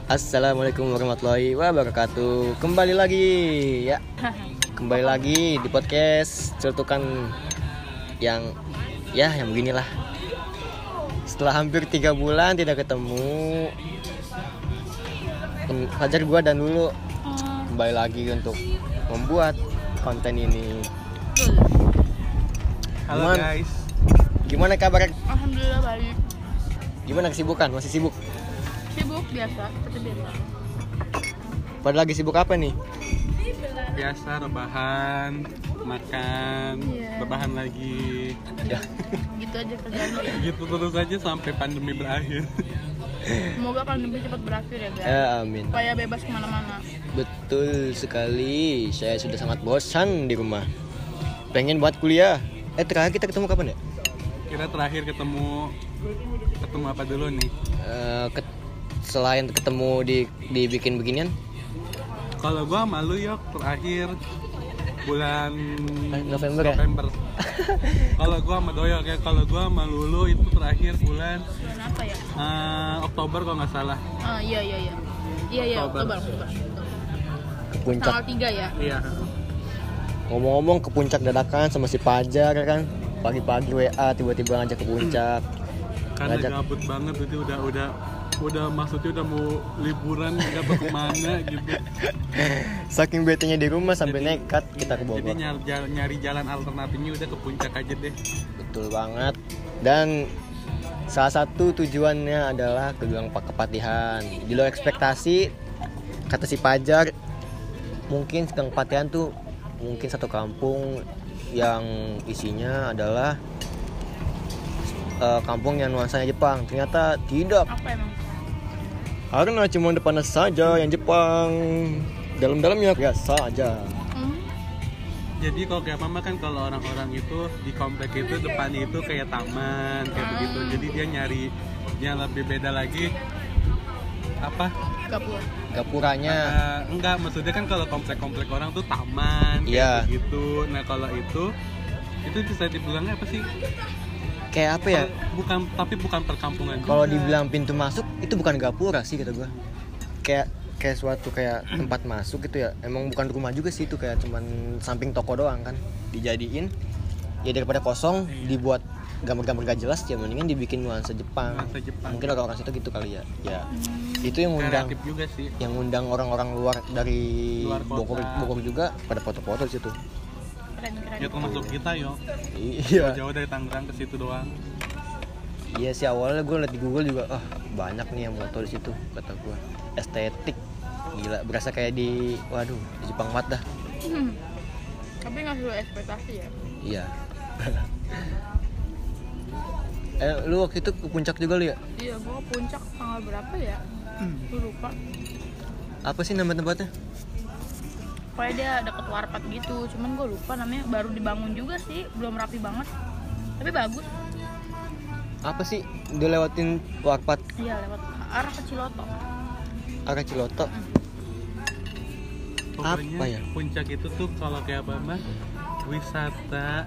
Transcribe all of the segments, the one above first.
Assalamualaikum warahmatullahi wabarakatuh. Kembali lagi ya. Kembali lagi di podcast Celutukan yang beginilah. Setelah hampir 3 bulan tidak ketemu, Fajar gua dan dulu kembali lagi untuk membuat konten ini. Halo guys. Gimana kabar? Alhamdulillah baik. Gimana kesibukan? Masih sibuk? Sibuk biasa, seperti biasa. Pada lagi sibuk apa nih? Biasa rebahan, makan, Iya. rebahan lagi. Ya. Gitu aja kerjaannya ya. Gitu terus aja sampai pandemi berakhir. Semoga pandemi cepat berakhir ya guys. Amin. Supaya bebas kemana-mana. Betul sekali. Saya sudah sangat bosan di rumah. Pengen buat kuliah. Terakhir kita ketemu kapan ya? Kita terakhir ketemu apa dulu nih? Selain ketemu dibikin beginian, Kalau gua sama lu Yok terakhir bulan November ya? Kalau gua sama Doyok ya, kalau gua sama Lulu itu terakhir bulan Bulan apa ya? Oktober kalau nggak salah. Iya. Iya, Oktober. Oktober. ke puncak. Tanggal 3 ya. Iya. Ngomong-ngomong ke puncak dadakan sama si Pajar kan. Pagi-pagi WA tiba-tiba ngajak ke puncak. Karena Ngajak. gabut banget itu udah maksudnya udah mau liburan nggak tahu kemana gitu. Saking betenya di rumah sampai nekat kita ke Jadi Bogor. nyari jalan alternatifnya udah ke puncak aja deh. Betul banget. Dan salah satu tujuannya adalah ke Gunung Kepatihan. Di luar ekspektasi, kata si Pajar, mungkin Gunung Kepatihan tuh mungkin satu kampung yang isinya adalah kampung yang nuansanya Jepang. Ternyata tidak. Apa emang? Karena cuma depannya saja yang Jepang, dalam-dalamnya biasa aja. Jadi kalau kayak mama kan kalau orang-orang itu di komplek itu depannya itu kayak taman kayak begitu. Jadi dia nyari yang lebih beda lagi apa? Gapur. Gapuranya Enggak, maksudnya kan kalau komplek-komplek orang tuh taman Iya. kayak gitu. Nah kalau itu bisa dibilangnya apa sih? kayak apa ya? Bukan perkampungan. Kalau juga. dibilang pintu masuk itu bukan gapura sih kata gua. Kayak suatu kayak tempat masuk gitu ya. Emang bukan rumah juga sih itu, kayak cuman samping toko doang kan. Dijadiin ya daripada kosong dibuat gambar-gambar gak jelas ya mendingan dibikin nuansa Jepang. Nuansa Jepang. Mungkin orang-orang situ gitu kali ya. Ya. Itu yang ngundang Kreatif juga sih. yang ngundang orang-orang luar dari Luar kota. Bogor juga pada foto-foto di situ. Keren. Ya termasuk kita yo. Iya. Jauh dari Tangerang ke situ doang. Iya sih, awalnya gue liat di Google juga, banyak nih yang foto di situ kata gue. Estetik, gila, berasa kayak di Jepang banget dah. Tapi nggak sesuai ekspektasi ya. Iya. Lu waktu itu ke puncak juga lu ya? Iya, gua ke puncak tanggal berapa ya? Gua lupa. Apa sih nama tempatnya? Pokoknya dia deket warpat gitu, cuman gue lupa namanya. Baru dibangun juga sih, belum rapi banget. Tapi bagus. Apa sih? Udah lewatin warpat Iya, lewat arah ke Ciloto. arah Ciloto. Pokoknya Apa ya? puncak itu tuh kalau kayak apa mah wisata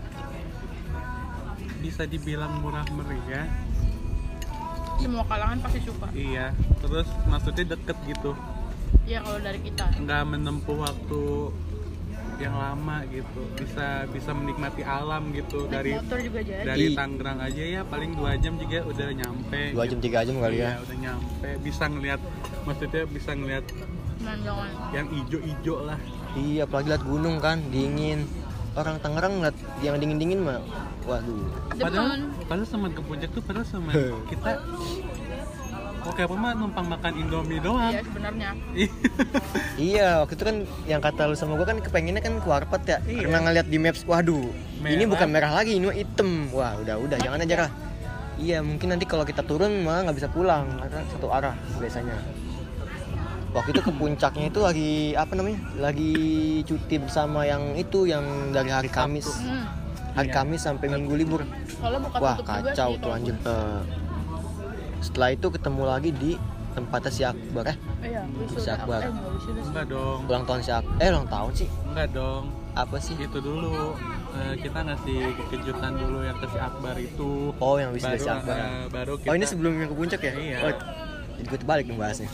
bisa dibilang murah meriah. Semua kalangan pasti suka. Iya, terus maksudnya deket gitu, Iya, kalau dari kita. nggak menempuh waktu yang lama gitu, bisa menikmati alam gitu. Naik motor juga jadi. Dari Tangerang aja ya paling 2 jam juga udah nyampe. 2 jam 3 jam kali ya. Iya, udah nyampe, bisa ngeliat Pemandangan. yang ijo-ijo lah. Iya, apalagi liat gunung kan, dingin. Orang Tangerang liat yang dingin-dingin mah, waduh. Padahal sama ke puncak tuh padahal sama kita. Oke apa mah numpang makan Indomie doang. Iya, sebenarnya. Iya, waktu itu kan yang kata lu sama gue kan kepengennya kan ke warpat ya. Iya. Karena ngeliat di maps, waduh, ini Merah. bukan merah lagi, ini hitam. Wah, udah, jangan aja lah. Iya, mungkin nanti kalau kita turun malah nggak bisa pulang karena satu arah biasanya. Waktu itu ke puncaknya itu lagi cuti bersama yang itu yang dari hari Kamis. Hari Iya. Kamis sampai Minggu libur. Soalnya bukan Wah, tutup juga kacau sih tuh kalau anjir. puncak. Setelah itu ketemu lagi di tempatnya si Akbar Iya, Si wisuda. Akbar. Nggak wisuda sih. Enggak dong. ulang tahun si Akbar. Ulang tahun sih. Enggak dong. Apa sih? Itu dulu kita ngasih kejutan dulu yang ke si Akbar itu. Oh, yang wisuda si Akbar. Baru kita. Oh, ini sebelum yang ke puncak ya? Iya. Oh, jadi gue terbalik nih bahasnya.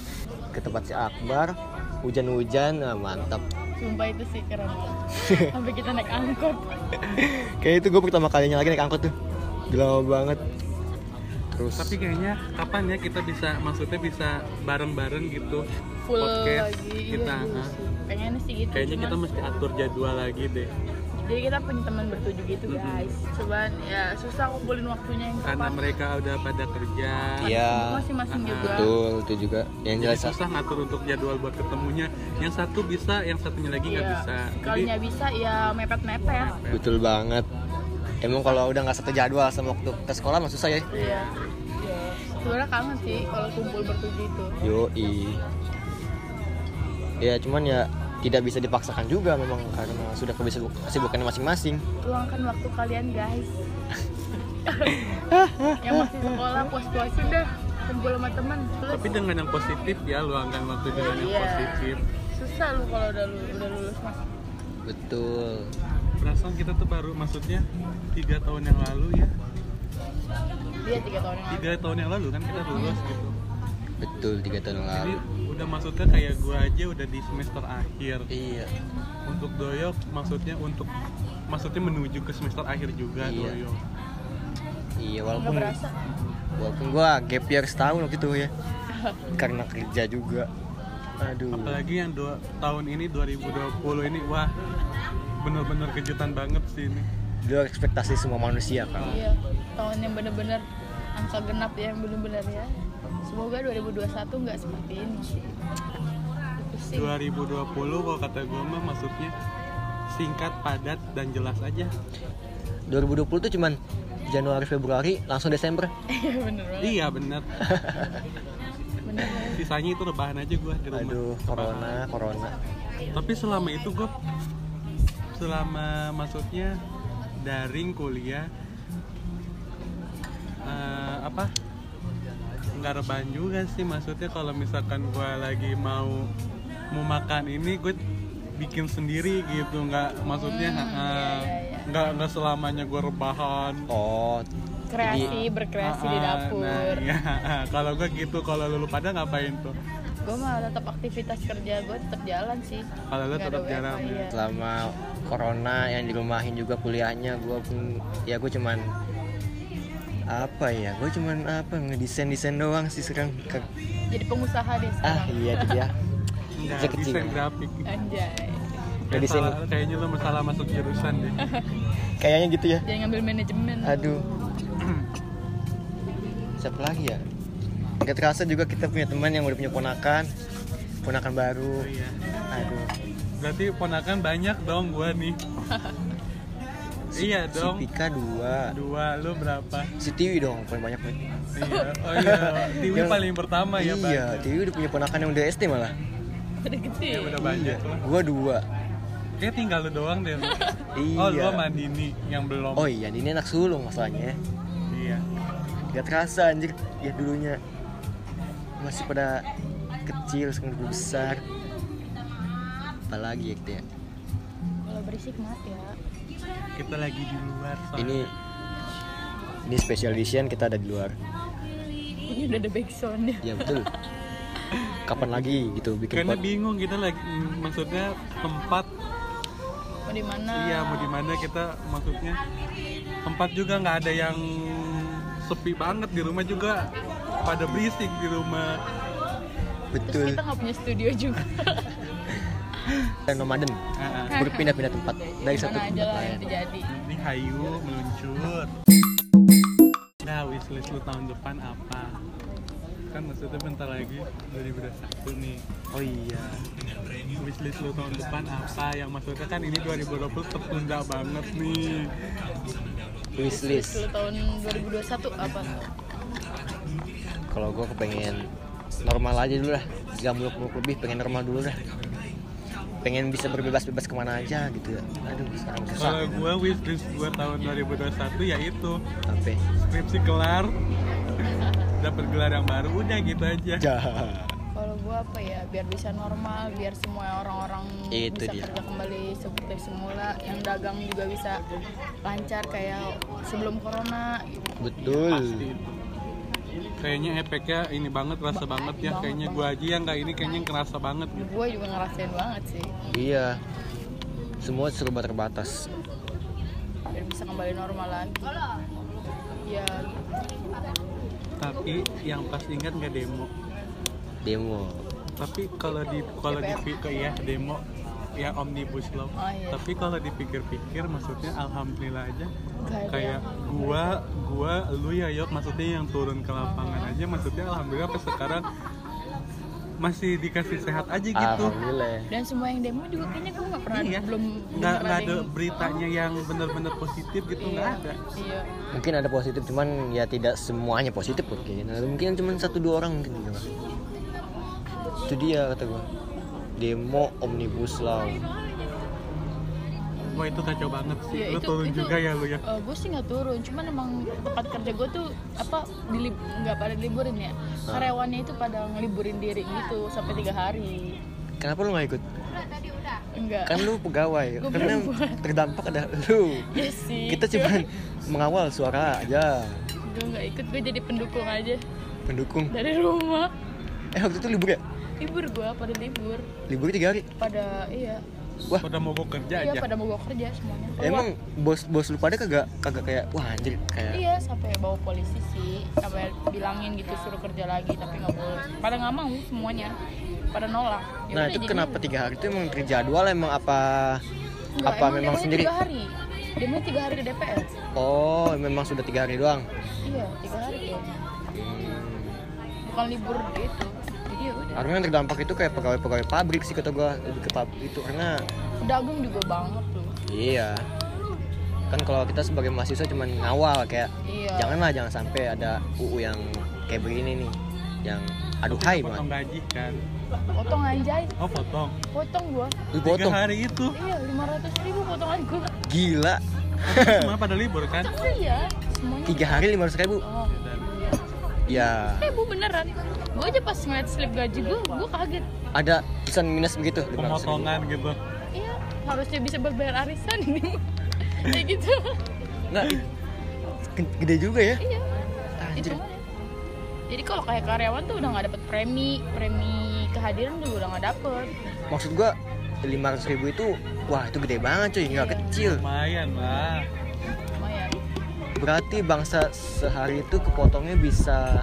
ke tempat si Akbar, hujan-hujan, nah, mantap. Sumpah itu sih keren. Sampai kita naik angkot. Kayak itu gue pertama kalinya lagi naik angkot tuh, lama banget. Terus Tapi kayaknya kapan ya kita maksudnya bisa bareng-bareng gitu Full podcast lagi. kita. Iya sih. Pengennya sih gitu. Kayaknya kita cuman- mesti atur jadwal lagi deh. Jadi kita punya teman bertujuh gitu guys. Cuman ya susah kumpulin waktunya yang Karena tepat. mereka udah pada kerja. Iya. Masing-masing juga. betul itu juga yang Jadi jelas. susah ngatur untuk jadwal buat ketemunya. Yang satu bisa, yang satunya lagi nggak Iya. bisa. Sekalinya bisa ya mepet-mepet. Betul banget. Emang kalau udah nggak satu jadwal sama waktu ke sekolah mah susah ya. Iya. Sebenarnya kangen sih kalau kumpul bertujuh itu. Yoi. Ya cuman ya tidak bisa dipaksakan juga memang karena sudah kesibukannya masing-masing. Luangkan waktu kalian guys. Yang masih sekolah puas-puasin dah kumpul sama teman. Terus Tapi dengan yang positif ya, luangkan waktu dengan yang Iya. positif. susah lu kalau udah lulus mas. Betul. Perasaan kita tuh baru, maksudnya 3 tahun yang lalu ya. Dia 3 tahun yang lalu. 3 tahun yang lalu kan kita lulus gitu. Betul 3 tahun yang Jadi lalu. udah maksudnya kayak gua aja udah di semester akhir. Iya. Untuk Doyok maksudnya menuju ke semester akhir juga Iya. Doyok. Iya Nggak walaupun berasa. gua gap year setahun waktu itu ya. Karena kerja juga. Aduh. Apalagi yang tahun ini 2020 ini, wah bener-bener kejutan banget sih ini. Di luar ekspektasi semua manusia kan. Iya, tahun yang bener-bener angka genap ya, yang bener-bener ya. Semoga 2021 nggak seperti ini sih. Itu sih. 2020 kalau kata gue mah maksudnya singkat, padat, dan jelas aja. 2020 tuh cuman Januari Februari langsung Desember. Iya bener banget. Iya bener. Bener banget. Sisanya itu rebahan aja gue di rumah. Aduh, corona. Tapi selama itu gue, maksudnya daring kuliah, nggak rebahan juga sih. Maksudnya kalau misalkan gue lagi mau makan ini, gue bikin sendiri gitu. Nggak, maksudnya nggak selamanya gue rebahan. Oh, Berkreasi di dapur. Nah, iya. Kalau gue gitu. Kalau lu pada ngapain tuh? Gue mah tetap aktivitas kerja gue tetap jalan sih. Kalau lu Nggak ada tetap WFH, jalan ya. iya. selama corona yang dirumahin juga kuliahnya gue cuman ngedesain doang sih sekarang. Jadi pengusaha deh sekarang. Iya itu dia. Enggak, Saya kecil. desain grafik. Anjay. Desain. Kayaknya lu masalah masuk jurusan deh. Kayaknya gitu ya. Jangan ngambil manajemen. Aduh. Siapa lagi ya? Gak terasa juga kita punya teman yang udah punya ponakan baru. Oh, iya. Aduh. Berarti ponakan banyak dong gua nih. Iya dong. Si Pika 2. 2, lu berapa? Si Tiwi dong paling banyak nih. Iya. Oh iya, Tiwi Yang- paling pertama ya, Iya, banyak. Tiwi udah punya ponakan yang udah SD malah. Udah gede. Ya udah banyak lah. Gua 2. Kayak tinggal lu doang deh. Lu. Iya. Oh, lu sama Dini yang belum. Oh iya, ini anak sulung masalahnya. Iya. Gak terasa anjir, ya dulunya masih pada kecil, sekarang udah besar. Apalagi ya gitu ya. Kalau berisik maaf ya. Kita lagi di luar. soalnya. Ini special edition, kita ada di luar. Ini udah ada backsound ya. Ya betul. Kapan lagi gitu bikin Karena pot? bingung kita lagi, maksudnya tempat. Mau di mana? Iya, mau di mana kita, maksudnya tempat juga nggak ada yang sepi banget. Di rumah juga pada berisik di rumah. Terus Betul. kita nggak punya studio juga. Dan nomaden berpindah-pindah tempat dari satu Mana aja tempat lah lain. yang terjadi. Ini hayu meluncur. Nah, wishlist lu tahun depan apa? Kan maksudnya bentar lagi 2021 nih. Oh iya. Wishlist lu tahun depan apa? Yang maksudnya kan ini 2020 tertunda banget nih. Wishlist. Lu tahun 2021 apa? Kalau gue kepengen normal aja dulu lah, gak muluk-muluk lebih, pengen normal dulu dah. Pengen bisa berbebas-bebas kemana aja gitu ya. Aduh sekarang susah. Kalau gua wishlist gua tahun 2021 yaitu Apa? skripsi kelar, dapat gelar yang baru, udah gitu aja. Kalau gua apa ya, biar bisa normal, biar semua orang-orang Itu bisa dia. kerja kembali seperti semula, yang dagang juga bisa lancar kayak sebelum corona. Betul. Pasti itu. Kayaknya efeknya ini banget, rasa banget ya. Kayaknya gue aja yang nggak ini kayaknya kerasa banget gitu. Gue juga ngerasain banget sih. Iya, semua serba terbatas. Biar bisa kembali normal lagi. Ya. Tapi yang pas ingat nggak demo. Tapi kalau di ya demo ya omnibus law. Oh, iya. Tapi kalau dipikir-pikir maksudnya alhamdulillah aja. Gak ada Kayak gua lu ya Yok, maksudnya yang turun ke lapangan aja, maksudnya alhamdulillah sampai sekarang masih dikasih sehat aja gitu. Alhamdulillah. Dan semua yang demo juga kayaknya gue nggak pernah Iya. belum nggak denger ada yang- beritanya yang benar-benar positif gitu, nggak ada. Iya. Mungkin ada positif, cuman ya tidak semuanya positif mungkin. Mungkin cuma 1-2 orang mungkin juga. Itu dia kata gue. Demo omnibus law. Wah itu kacau banget sih. Iya, Lu turun juga ya lu ya. Gue sih nggak turun, cuman emang tempat kerja gue tuh nggak pada liburin ya. Karyawannya itu pada ngeliburin diri gitu sampai 3 hari. Kenapa lu nggak ikut? Enggak. Kan lu pegawai. Gua Karena perempuan. terdampak ada lu. Iya sih. Kita cuma mengawal suara aja. Gue nggak ikut, gue jadi pendukung aja Pendukung. dari rumah. Waktu itu libur ya? Libur gue pada libur, Libur 3 hari. pada Wah, Pada mau kerja iya aja. pada mau kerja semuanya. emang bos lu pada kagak kayak wah anjir kayak Iya, sampai bawa polisi sih, sampai bilangin gitu suruh kerja lagi, tapi nggak boleh. Pada nggak mau semuanya, pada nolak. Ya Nah udah, itu jadi kenapa 3 hari itu emang terjadwal emang apa Nggak, apa memang demonya sendiri? 3 hari. Demonya 3 hari di DPR. Oh memang sudah 3 hari doang. Iya, 3 hari ya. Bukan libur gitu. Jadi ya udah. Karena yang terdampak itu kayak pegawai pabrik sih kata gua, lebih ke pabrik itu karena Pedagang juga banget tuh. iya kan kalau kita sebagai mahasiswa cuma ngawal kayak Iya. jangan sampai ada UU yang kayak begini nih yang aduhai Potong banget. gaji kan. Potong anjay, Oh potong. potong gua. Lu 3 potong hari itu. Iya, 500.000 potongan gua. gila. Semua pada libur kan. Oh iya, semuanya. 3 hari 500.000. Oh, Dan Ya Bu beneran. Gua aja pas ngeliat slip gaji gua kaget. ada tulisan minus begitu 500.000. pemotongan gitu. Iya, harusnya bisa berbayar arisan ini. Kayak gitu. Nggak, gede juga ya. Iya. Anjir. Hitungannya. Jadi kalau kayak karyawan tuh udah nggak dapet premi kehadiran juga udah nggak dapet. Maksud gua 500.000 itu wah itu gede banget cuy, nggak Iya. kecil. Lumayan lah. Lumayan. Berarti bangsa sehari itu kepotongnya bisa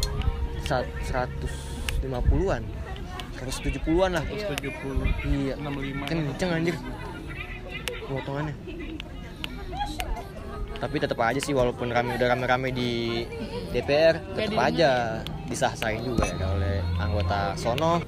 150-an 170-an lah. Iya. 70, Iya 65. kenceng anjir potongannya. Tapi tetap aja sih walaupun udah rame-rame di DPR tetap Nggak aja disah-sahin juga ya oleh anggota sono.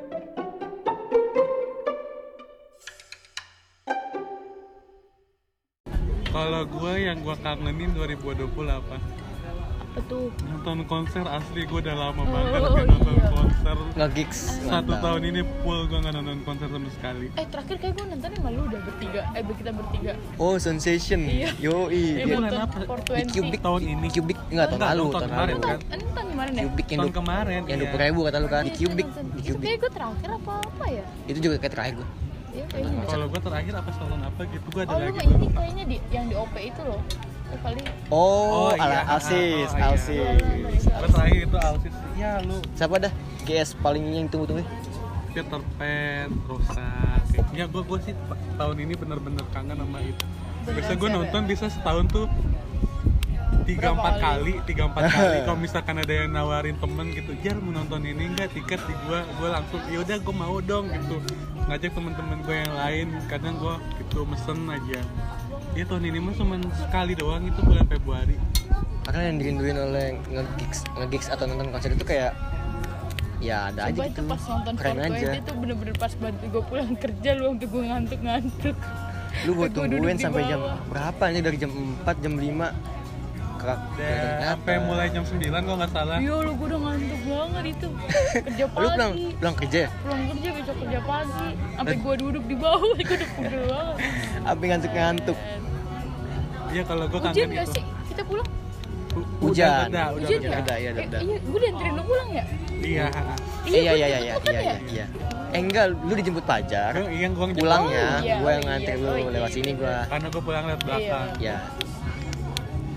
Kalau gue yang gue kangenin 2020 apa? Apa tuh? Nonton konser asli, gue udah lama Oh, banget gak nonton iya. konser. Nge-gigs 1 tahun ini full gue gak nonton konser sama sekali. Terakhir kayak gue nonton sama lu udah bertiga. Kita bertiga. Oh Sensation. Iya. Yoi. Dia bulan nonton apa? 420. Di Cubic Tahun ini. Cubic enggak tahun Enggak, lalu, tahun kemarin lalu. kan? Nonton gimana deh? Cubic Tahun kemarin, yang iya. 20.000 kata lu kan di Iya, Cubic, nonton. di Itu Cubic. kayak gue terakhir apa ya? Itu juga kayak terakhir gua. Iya kayaknya. Kalau gue terakhir apa salon apa gitu, gue ada Oh lu lagi mah tuh. ini kayaknya yang di OP itu loh. Kali. Oh, iya. Alsis, Oh, iya. Alsis. Gue terakhir itu Alsis. Ya lu Siapa dah? GS paling yang tunggu-tunggu. Peter Pan, Rosa. Ya gue sih tahun ini bener-bener kangen sama itu. Biasa gue Beneran nonton siapa bisa setahun tuh 3-4 Berapa kali. Kalau misalkan ada yang nawarin temen gitu, Jar mau nonton ini enggak, tiket di gue langsung yaudah gue mau dong gitu, ngajak temen-temen gue yang lain. Kadang gue gitu mesen aja. Dia tahun ini mah cuma sekali doang, itu bulan Februari. Karena yang dirinduin oleh nge-gigs atau nonton konser itu kayak ya ada Coba aja itu gitu. pas nonton Keren aja. itu bener-bener pas bantu gue pulang kerja lu sampai gue ngantuk-ngantuk. Lu gua Sampai gua tungguin duduk di sampai jam bawah. berapa nih, dari jam 4, jam 5 Sampai mulai jam 9 kalau nggak salah. Iya lu gue udah ngantuk banget itu. Kerja Lu pagi. pulang kerja ya? Pulang kerja besok kerja pagi. Sampai gue duduk di bawah, gue udah pegel banget. Apa ngantuk-ngantuk? Iya kalau gue Hujan kangen gak itu. sih? Kita pulang? Hujan. Udah Hujan reda. ya? reda, iya, udah. Iya, gue dianterin lu pulang ya? Iya. Iya gua iya jemput lu kan ya? iya. Enggak, lu dijemput pacar. Iya, gue Pulangnya, iya, gua oh yang ngantri iya, lu oh iya. lewat sini gua. karena gue pulang lewat belakang. Ya.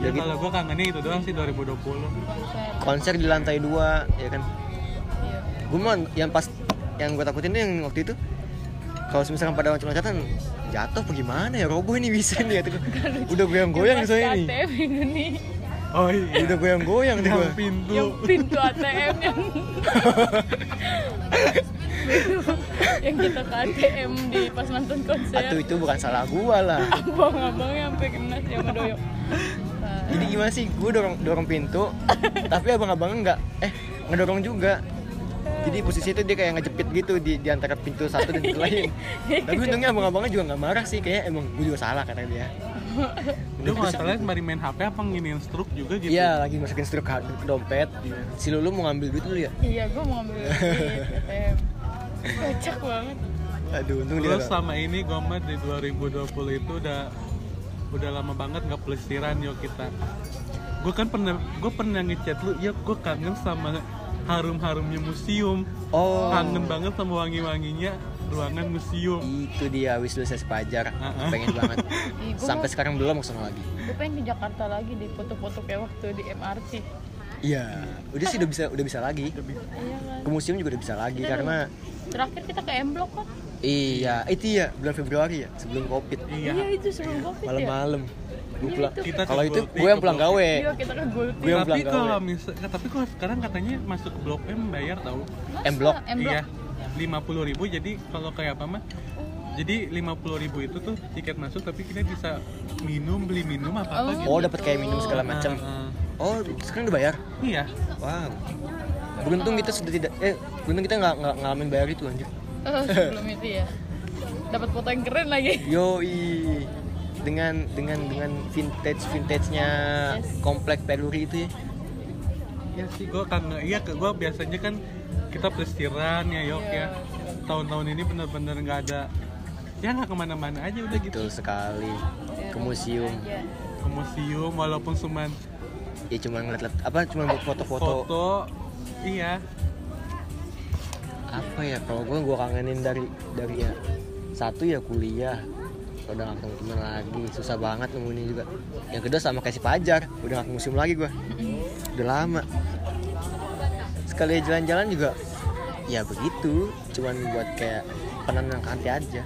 Ya, gitu. kalau gue kangennya itu doang sih 2020. Konser di lantai 2 ya kan. Iya. Gue mah yang gue takutin tuh yang waktu itu kalau misalkan pada loncat-loncatan jatuh apa gimana ya, roboh ini bisa nih kata gue. Udah goyang-goyang nih soalnya nih. ATM ini. Oh iya. Udah goyang-goyang nih gue. Yang pintu. Yang pintu ATM yang kita ke ATM di pas nonton konser. Atuh itu bukan salah gue lah. Abang-abangnya sampai kena sih sama Doyok. Jadi gimana sih, gue dorong pintu tapi abang-abangnya ngedorong juga. Jadi posisi itu dia kayak ngejepit gitu di antara pintu satu dan pintu lain. Tapi untungnya abang-abangnya juga nggak marah sih, kayak emang gue juga salah kata dia. Lu nggak salah kemarin main HP apa nginin struk juga gitu? Iya, lagi masukin struk ke dompet. Si Lulu mau ngambil duit dulu ya? Iya, gue mau ngambil duit ATM. Kocak banget. Aduh, untung dia. Terus sama ini gue mah di 2020 itu udah lama banget nggak pelesiran yo kita. Gue pernah ngechat lu, ya gue kangen sama harum-harumnya museum. Oh. Kangen banget sama wangi-wanginya ruangan museum. Itu dia wishlist Pajar. Pengen banget. Ih, gua Sampai sekarang belum kesana lagi. Gue pengen ke Jakarta lagi di foto-foto kayak waktu di MRT. Iya, udah sih udah bisa lagi. Iya kan. Ke museum juga udah bisa lagi karena Terakhir kita ke M Block kan? iya, itu ya bulan Februari ya, sebelum Covid. Iya. Iya itu sebelum Covid ya. Malam-malam. Gue pulang. itu. Kita Kalau ke itu Gultik, gue yang ke pulang Blok M. gawe. Iya kita kan Gultik. Gue yang Tapi pulang gawe. kalau sekarang katanya masuk ke Blok M bayar tahu. Masa? M Block? M Block. Iya. 50.000 jadi kalau kayak apa mah? Jadi 50.000 itu tuh tiket masuk tapi kita bisa beli minum apa gitu. Oh, dapat kayak minum segala macam. Oh, sekarang udah bayar? Iya. Wow. Beruntung kita beruntung kita nggak ngalamin bayar itu anjir. Sebelum itu ya. Dapat foto yang keren lagi. Yoi. Dengan vintage-nya Yes. komplek Peruri itu ya. Ya sih gue gue biasanya kan kita pelesiran ya Yok ya. Tahun-tahun ini benar-benar nggak ada, ya nggak kemana-mana aja udah gitu. Betul sekali. Ke museum. Aja. Ke museum walaupun cuman Ya cuma ngeliat cuma buat foto-foto. foto, iya. Apa ya, kalau gue kangenin dari ya satu ya kuliah, udah gak ketemu teman lagi, susah banget nemuinnya juga. Yang kedua sama kayak si Pajar, udah gak ke museum lagi gue, udah lama. Sekali jalan-jalan juga ya begitu, cuman buat kayak penenang hati aja.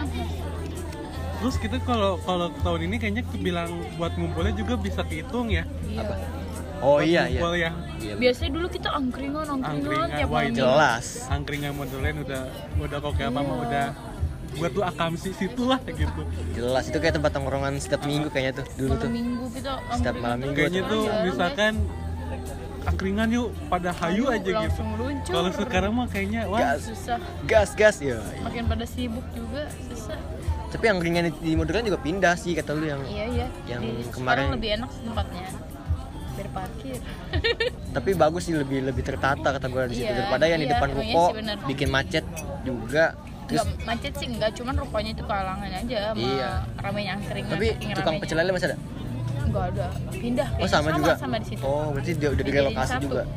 Terus kita kalau tahun ini kayaknya bilang buat ngumpulnya juga bisa kehitung ya. Iya. Apa? Oh Buat iya ngumpul iya. ya. Iya, Biasanya dulu kita angkringan tiap wah, malam. jelas. Angkringan modern udah kok kayak apa mah udah buat tuh akamsi situ lah gitu. Jelas itu kayak tempat tongkrongan setiap minggu kayaknya tuh dulu Malam tuh. minggu kita Setiap malam minggu Kayaknya tuh Iya, misalkan angkringan yuk pada hayu aja gitu. langsung luncur. Kalau sekarang mah kayaknya wah susah. Gas ya. Makin pada sibuk juga susah. Tapi yang ringan di modern juga pindah sih kata lu yang. Iya. Yang Sekarang kemarin- lebih enak tempatnya. Berparkir. Tapi bagus sih lebih tertata kata gue di situ Iya, daripada yang di iya, depan emang iya ruko sih, bener. bikin macet juga. Terus Enggak macet sih enggak, cuman rupanya itu kehalangan aja sama Iya. ramenya angkringan. tapi saking tukang ramenya. pecel lele masih ada? Enggak ada. Pindah Oh kayaknya. sama juga. Sama di situ. Oh berarti dia udah Dijadiin direlokasi satu. juga.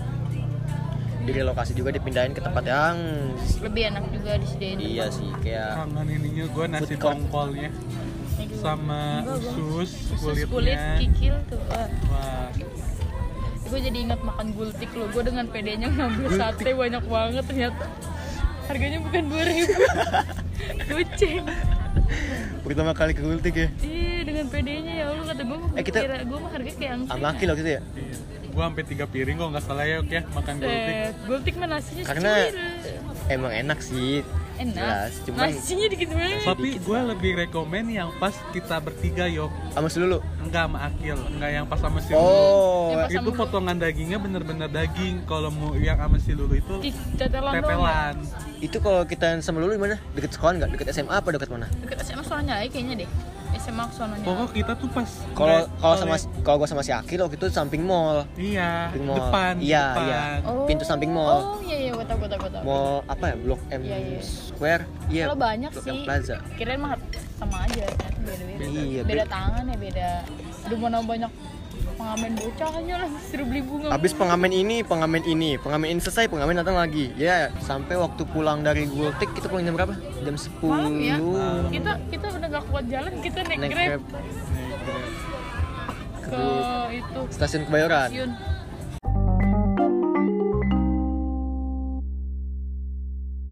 Direlokasi juga dipindahin ke tempat yang Lebih enak juga disediain. iya sih kayak kangen ininya gue nasi Food court. tongkolnya Aduh. sama Enggak, gua- usus kulit kulitnya. kikil tuh. Wah. Gue jadi ingat makan gultik loh. Gue dengan pedenya ngambil sate banyak banget ternyata. Harganya bukan 2.000. Kucing. pertama kali ke Gultik ya. Iya dengan pedenya ya Allah kata gue. Kita- Kira gue mah harganya kayak angkringan. Unlucky loh gitu ya. Iya. Gue sampai 3 piring kok nggak salah ya Yok, ya makan gultik. Gultik mah nasinya Karena secuil. emang enak sih. Enak. Jelas, cuman Nasinya dikit banget. Tapi gue lebih rekomen yang pas kita bertiga Yok. sama dulu. Enggak sama Akil, enggak yang pas sama si Lulu. Oh, Yang pas Itu sama- potongan dagingnya bener-bener daging. Kalau mau yang sama si Lulu itu Di tetelan doang. tetelan. itu kalau kita sama Lulu di mana? Deket sekolah nggak? Deket SMA apa deket mana? Deket SMA soalnya kayaknya deh. SMA sononya. Pokok kita tuh pas Kalau gua sama si Akil waktu itu samping mall. iya, Samping mall. depan, Iya, depan. iya. Oh. Pintu samping mall. Oh iya gue tahu. Mall apa ya? Blok M Iya, iya. Square. Iya. Kalau banyak Blok sih. M Plaza. Kirain mah sama aja, ternyata beda-beda. Iya, beda tangan ya beda. Udah mana banyak pengamen bocah aja lah suruh beli bunga. Habis pengamen ini selesai, pengamen datang lagi. Ya, sampai waktu pulang dari Gultik kita pulang jam berapa? Jam 10. Malam ya. Kita udah gak kuat jalan, kita naik Grab. ke itu Stasiun Kebayoran. stasiun